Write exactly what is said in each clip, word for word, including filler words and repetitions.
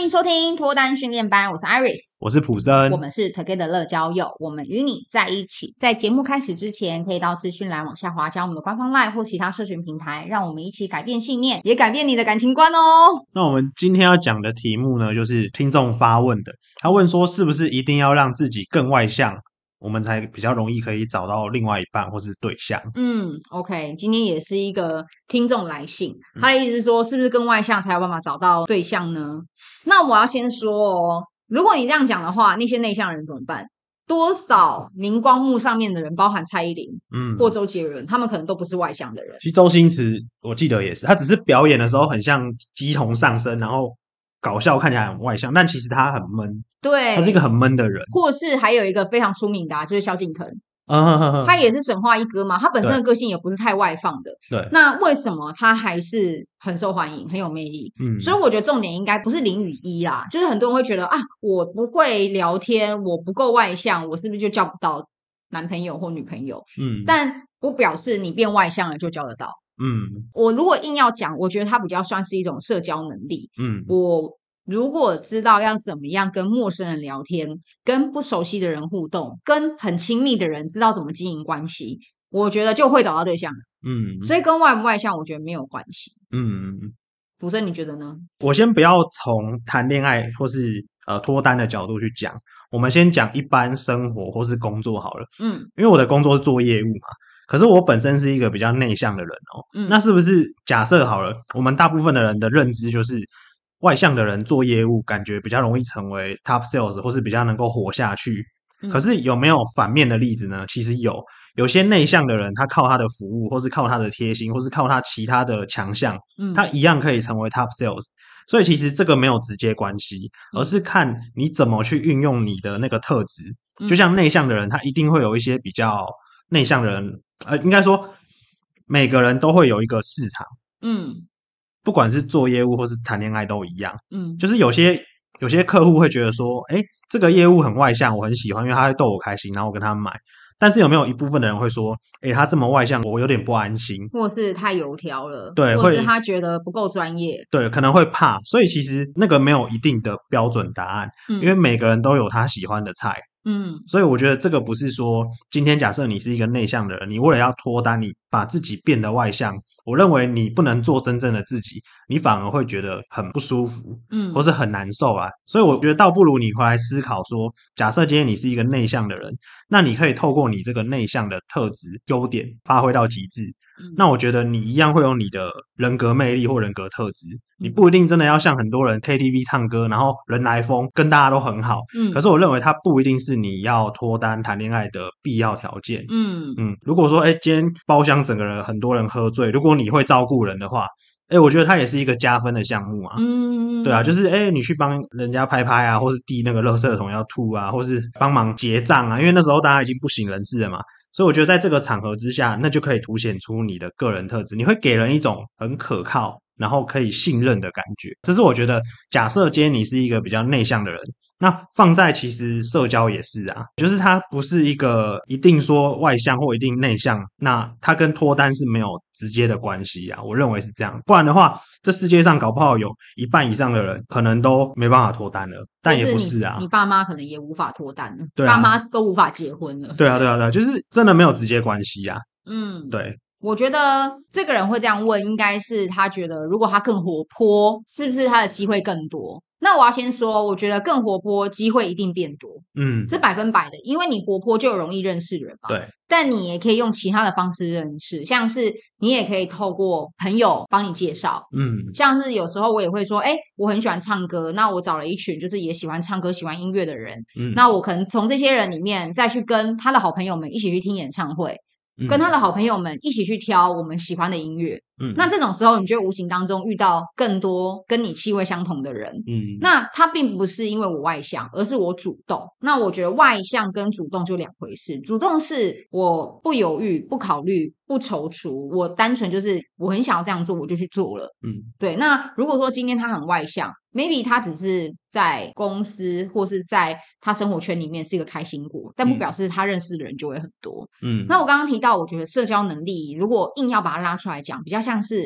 迎收听脱单训练班，我是 Iris， 我是普森， 我们是 Together 乐交友，我们与你在一起。在节目开始之前，可以到资讯栏往下滑加我们的官方 LINE 或其他社群平台，让我们一起改变信念，也改变你的感情观哦。 那我们今天要讲的题目呢，就是听众发问的，他问说是不是一定要让自己更外向，我们才比较容易可以找到另外一半或是对象。 嗯 OK， 今天也是一个听众来信，他的意思是说是不是更外向才有办法找到对象呢？那我要先说哦，如果你这样讲的话，那些内向人怎么办？多少荧光幕上面的人，包含蔡依林嗯，或周杰伦，他们可能都不是外向的人。 其实周星驰我记得也是，他只是表演的时候很像鸡同上身，然后搞笑看起来很外向，但其实他很闷， 对， 他是一个很闷的人。 或是还有一个非常出名的、啊、就是萧敬腾， 嗯， 他也是神话一哥嘛，他本身的个性也不是太外放的。 对， 那为什么他还是很受欢迎，很有魅力？嗯，所以我觉得重点应该不是零与一啦，就是很多人会觉得啊，我不会聊天，我不够外向，我是不是就交不到男朋友或女朋友？嗯，但不表示你变外向了就交得到。嗯，我如果硬要讲，我觉得它比较算是一种社交能力。嗯，我如果知道要怎么样跟陌生人聊天，跟不熟悉的人互动，跟很亲密的人知道怎么经营关系，我觉得就会找到对象了。嗯，所以跟外不外向我觉得没有关系。嗯，普森你觉得呢？ 我先不要从谈恋爱或是呃脱单的角度去讲，我们先讲一般生活或是工作好了。嗯，因为我的工作是做业务嘛，可是我本身是一个比较内向的人哦。嗯，那是不是假设好了，我们大部分的人的认知就是外向的人做业务感觉比较容易成为 top sales 或是比较能够活下去。可是有没有反面的例子呢？其实有，有些内向的人他靠他的服务或是靠他的贴心或是靠他其他的强项，他一样可以成为 top sales。所以其实这个没有直接关系，而是看你怎么去运用你的那个特质。就像内向的人他一定会有一些比较内向的人，呃，应该说每个人都会有一个市场。嗯，不管是做业务或是谈恋爱都一样。嗯，就是有些有些客户会觉得说，诶，这个业务很外向，我很喜欢，因为他会逗我开心，然后我跟他买。但是有没有一部分的人会说，诶，他这么外向，我有点不安心， 或是太油条了， 对， 或是他觉得不够专业， 对，可能会怕。所以其实那个没有一定的标准答案，嗯，因为每个人都有他喜欢的菜。嗯，所以我觉得这个不是说今天假设你是一个内向的人，你为了要脱单，你把自己变得外向，我认为你不能做真正的自己，你反而会觉得很不舒服，嗯，或是很难受啊。所以我觉得倒不如你回来思考说，假设今天你是一个内向的人，那你可以透过你这个内向的特质优点发挥到极致。那我觉得你一样会有你的人格魅力或人格特质，你不一定真的要像很多人 K T V 唱歌，然后人来疯，跟大家都很好。嗯，可是我认为它不一定是你要脱单谈恋爱的必要条件。嗯嗯，如果说，哎，今天包厢整个人很多人喝醉，如果你会照顾人的话，哎，我觉得它也是一个加分的项目啊。嗯，对啊，就是哎，你去帮人家拍拍啊，或是递那个垃圾桶要吐啊，或是帮忙结账啊，因为那时候大家已经不省人事了嘛。所以我觉得在这个场合之下，那就可以凸显出你的个人特质，你会给人一种很可靠，然后可以信任的感觉。这是我觉得，假设今天你是一个比较内向的人，那放在其实社交也是啊，就是它不是一个一定说外向或一定内向，那它跟脱单是没有直接的关系啊。我认为是这样，不然的话，这世界上搞不好有一半以上的人可能都没办法脱单了，但也不是啊。 你, 你爸妈可能也无法脱单了，对啊，爸妈都无法结婚了。 对啊，对啊，对啊，就是真的没有直接关系啊。嗯，对。 我觉得这个人会这样问，应该是他觉得如果他更活泼，是不是他的机会更多？那我要先说，我觉得更活泼，机会一定变多。嗯，这百分百的，因为你活泼就容易认识人嘛。 对， 但你也可以用其他的方式认识，像是你也可以透过朋友帮你介绍。嗯，像是有时候我也会说，哎，我很喜欢唱歌，那我找了一群就是也喜欢唱歌、喜欢音乐的人。嗯，那我可能从这些人里面再去跟他的好朋友们一起去听演唱会。跟他的好朋友们一起去挑我们喜欢的音乐。嗯，那这种时候你就会无形当中遇到更多跟你气味相同的人。嗯，那他并不是因为我外向，而是我主动。那我觉得外向跟主动就两回事，主动是我不犹豫、不考虑、不踌躇，我单纯就是我很想要这样做，我就去做了。嗯，对。那如果说今天他很外向， maybe 他只是在公司或是在他生活圈里面是一个开心果，但不表示他认识的人就会很多。嗯，那我刚刚提到我觉得社交能力如果硬要把它拉出来讲，比较像是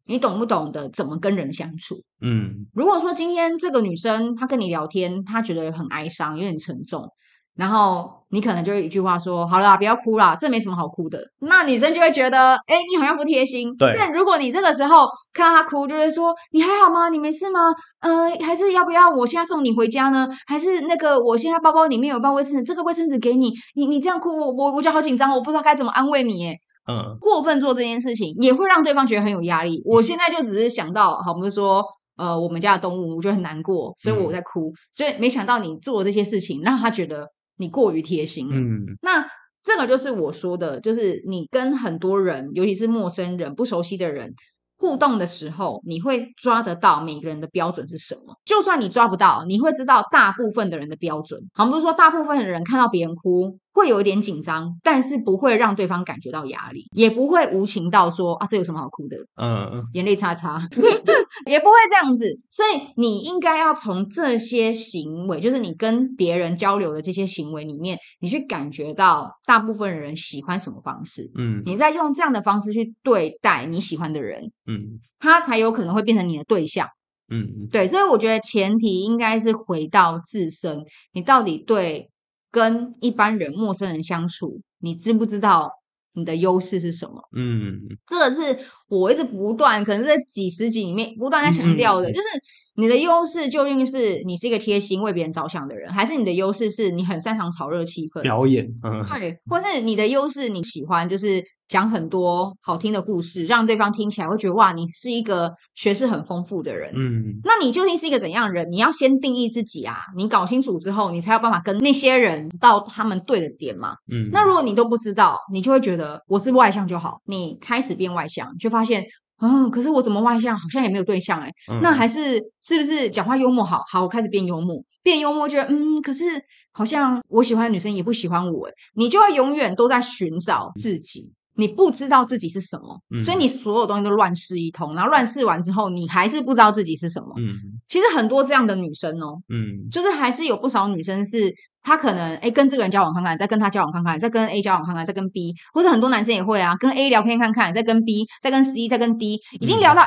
你懂不懂得怎么跟人相处？嗯，如果说今天这个女生她跟你聊天，她觉得很哀伤，有点沉重，然后你可能就一句话说好啦不要哭啦，这没什么好哭的，那女生就会觉得哎，你好像不贴心。 对， 但如果你这个时候看到她哭，就会说你还好吗？你没事吗？呃，还是要不要我现在送你回家呢？还是那个我现在包包里面有包卫生纸，这个卫生纸给你，你你这样哭我我我觉得好紧张，我不知道该怎么安慰你耶。嗯，过分做这件事情也会让对方觉得很有压力。我现在就只是想到，好，我们就说，呃，我们家的动物，我觉得很难过，所以我在哭。嗯、所以没想到你做这些事情，让他觉得你过于贴心了。嗯，那这个就是我说的，就是你跟很多人，尤其是陌生人、不熟悉的人互动的时候，你会抓得到每个人的标准是什么。就算你抓不到，你会知道大部分的人的标准。好，不是说大部分的人看到别人哭会有一点紧张，但是不会让对方感觉到压力，也不会无情到说啊，这有什么好哭的？嗯，眼泪擦擦，也不会这样子。所以你应该要从这些行为，就是你跟别人交流的这些行为里面，你去感觉到大部分人喜欢什么方式。嗯，你再用这样的方式去对待你喜欢的人，嗯，他才有可能会变成你的对象。嗯，对，所以我觉得前提应该是回到自身，你到底对跟一般人、陌生人相处，你知不知道你的优势是什么？嗯，这个是我一直不断，可能在几十集里面不断在强调的，嗯、就是你的优势究竟是你是一个贴心为别人着想的人，还是你的优势是你很擅长炒热气氛、 表演？嗯， 对，或是你的优势你喜欢就是讲很多好听的故事，让对方听起来会觉得哇，你是一个学识很丰富的人。嗯，那你究竟是一个怎样的人？你要先定义自己啊，你搞清楚之后，你才有办法跟那些人到他们对的点嘛。嗯，那如果你都不知道，你就会觉得我是外向就好。你开始变外向，就发现嗯，可是我怎么外向，好像也没有对象哎、欸嗯。那还是是不是讲话幽默好？好，我开始变幽默，变幽默觉得嗯，可是好像我喜欢的女生也不喜欢我哎、欸，你就会永远都在寻找自己。你不知道自己是什么，嗯、所以你所有东西都乱试一通，然后乱试完之后，你还是不知道自己是什么。嗯，其实很多这样的女生哦，嗯，就是还是有不少女生是她可能哎跟这个人交往看看，再跟他交往看看，再跟 A 交往看看，再跟 B， 或者很多男生也会啊，跟 A 聊天看看，再跟 B， 再跟 C， 再跟 D， 已经聊到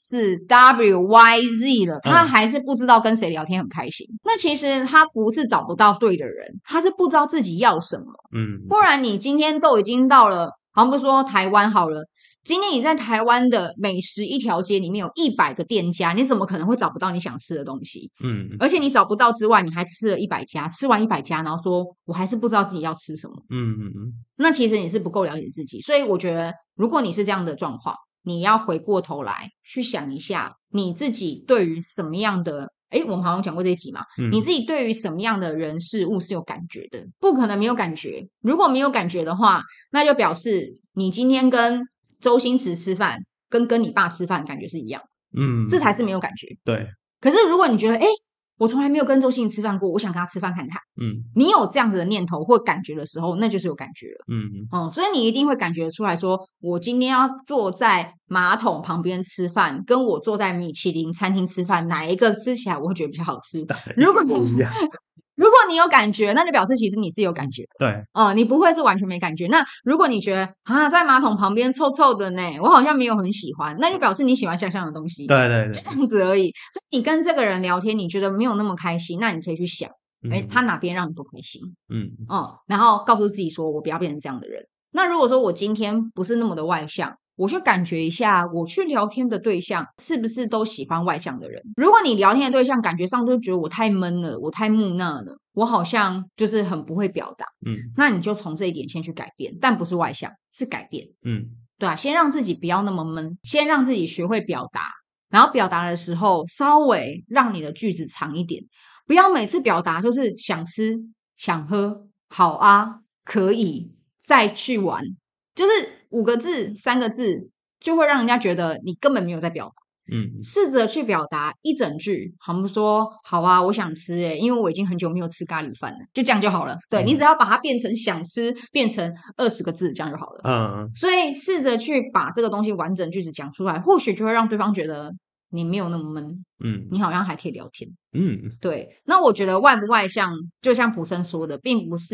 X、W、Y、Z 了，他还是不知道跟谁聊天很开心。嗯、那其实他不是找不到对的人，他是不知道自己要什么。嗯，不然你今天都已经到了。好像不说台湾好了，今天你在台湾的美食一条街里面有一百个店家，你怎么可能会找不到你想吃的东西？嗯，而且你找不到之外，你还吃了一百家，吃完一百家，然后说我还是不知道自己要吃什么。嗯嗯嗯，那其实你是不够了解自己，所以我觉得如果你是这样的状况，你要回过头来去想一下你自己对于什么样的。诶，我们好像讲过这一集嘛、嗯、你自己对于什么样的人事物是有感觉的，不可能没有感觉。如果没有感觉的话，那就表示你今天跟周星驰吃饭跟跟你爸吃饭感觉是一样，嗯，这才是没有感觉。 对， 可是如果你觉得诶我从来没有跟周星驰吃饭过，我想跟他吃饭看看，嗯，你有这样子的念头或感觉的时候，那就是有感觉了。嗯嗯，所以你一定会感觉出来说，我今天要坐在马桶旁边吃饭，跟我坐在米其林餐厅吃饭，哪一个吃起来我会觉得比较好吃？如果不一样。如果你有感觉，那就表示其实你是有感觉的。 对， 嗯、呃，你不会是完全没感觉。那如果你觉得啊，在马桶旁边臭臭的呢，我好像没有很喜欢，那就表示你喜欢香香的东西。 对对对， 就这样子而已。所以你跟这个人聊天，你觉得没有那么开心，那你可以去想，哎、嗯，他哪边让你不开心？嗯嗯，然后告诉自己说，我不要变成这样的人。那如果说我今天不是那么的外向，我去感觉一下，我去聊天的对象是不是都喜欢外向的人？如果你聊天的对象感觉上就觉得我太闷了，我太木讷了，我好像就是很不会表达，嗯，那你就从这一点先去改变，但不是外向，是改变，嗯，对啊，先让自己不要那么闷，先让自己学会表达，然后表达的时候稍微让你的句子长一点，不要每次表达就是想吃、想喝、好啊、可以、再去玩。就是五个字三个字就会让人家觉得你根本没有在表达。嗯，试着去表达一整句，好比说好啊我想吃耶，因为我已经很久没有吃咖喱饭了，就这样就好了。对、嗯、你只要把它变成想吃变成二十个字这样就好了。嗯，所以试着去把这个东西完整句子讲出来，或许就会让对方觉得你没有那么闷，嗯，你好像还可以聊天。嗯，对，那我觉得外不外向就像普生说的并不是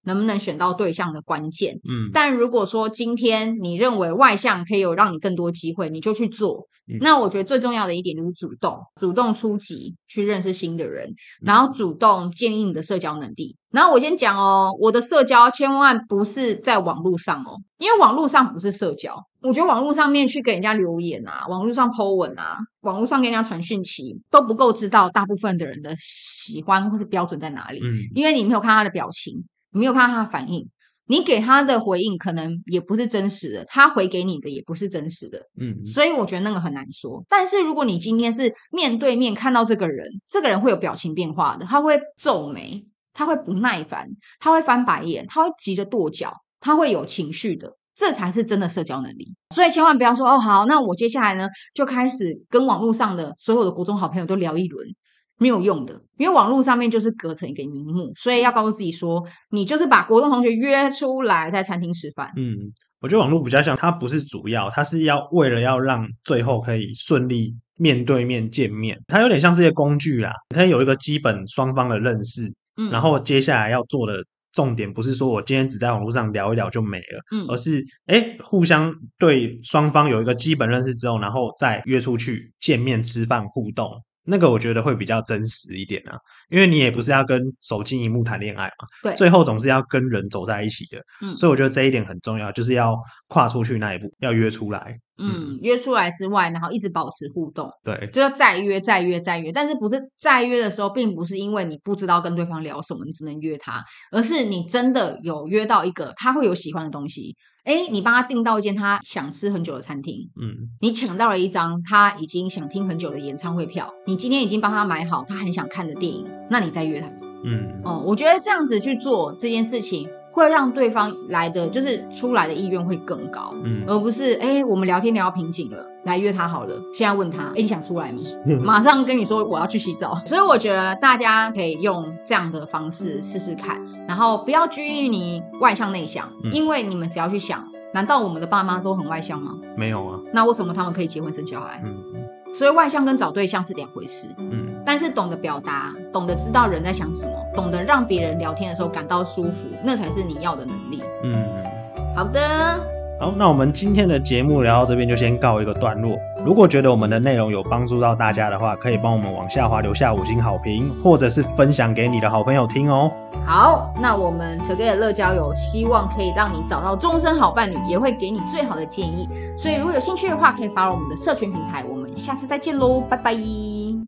能不能选到对象的关键。嗯，但如果说今天你认为外向可以有让你更多机会，你就去做。嗯、那我觉得最重要的一点就是主动，主动出击去认识新的人，然后主动建立你的社交能力。然后我先讲哦，我的社交千万不是在网络上哦，因为网络上不是社交。我觉得网络上面去给人家留言啊，网络上 po 文啊，网络上跟人家传讯息都不够知道大部分的人的喜欢或是标准在哪里。嗯，因为你没有看他的表情，你没有看他的反应，你给他的回应可能也不是真实的，他回给你的也不是真实的。嗯，所以我觉得那个很难说。但是如果你今天是面对面看到这个人，这个人会有表情变化的，他会皱眉，他会不耐烦，他会翻白眼，他会急着跺脚，他会有情绪的，这才是真的社交能力。所以千万不要说哦好，那我接下来呢就开始跟网络上的所有的国中好朋友都聊一轮，没有用的，因为网络上面就是隔成一个荧幕，所以要告诉自己说，你就是把国中同学约出来在餐厅吃饭。 嗯，我觉得网络比较像，它不是主要，它是要为了要让最后可以顺利面对面见面，它有点像是一个工具啦，可以有一个基本双方的认识。嗯，然后接下来要做的重点不是说我今天只在网络上聊一聊就没了，嗯，而是诶互相对双方有一个基本认识之后，然后再约出去见面吃饭互动，那个我觉得会比较真实一点啊，因为你也不是要跟手机荧幕谈恋爱嘛，对，最后总是要跟人走在一起的，嗯，所以我觉得这一点很重要，就是要跨出去那一步，要约出来。 嗯，约出来之外，然后一直保持互动， 对， 就要再约再约再约，但是不是再约的时候并不是因为你不知道跟对方聊什么你只能约他，而是你真的有约到一个他会有喜欢的东西，诶你帮他订到一间他想吃很久的餐厅，嗯，你抢到了一张他已经想听很久的演唱会票，你今天已经帮他买好他很想看的电影，那你再约他。嗯，哦，我觉得这样子去做这件事情会让对方来的就是出来的意愿会更高，嗯，而不是哎我们聊天聊到瓶颈了，来约他好了，现在问他哎你想出来吗？马上跟你说我要去洗澡。所以我觉得大家可以用这样的方式试试看，然后不要拘泥外向内向，嗯，因为你们只要去想，难道我们的爸妈都很外向吗？ 没有啊， 那为什么他们可以结婚生小孩？嗯，所以外向跟找对象是两回事，嗯，但是懂得表达，懂得知道人在想什么，懂得让别人聊天的时候感到舒服，那才是你要的能力。嗯，好的， 好，那我们今天的节目聊到这边就先告一个段落。如果觉得我们的内容有帮助到大家的话，可以帮我们往下滑留下五星好评，或者是分享给你的好朋友听哦。 好，那我们 Together 乐交友希望可以让你找到终身好伴侣，也会给你最好的建议，所以如果有兴趣的话可以 follow 我们的社群平台，我们下次再见咯，拜拜。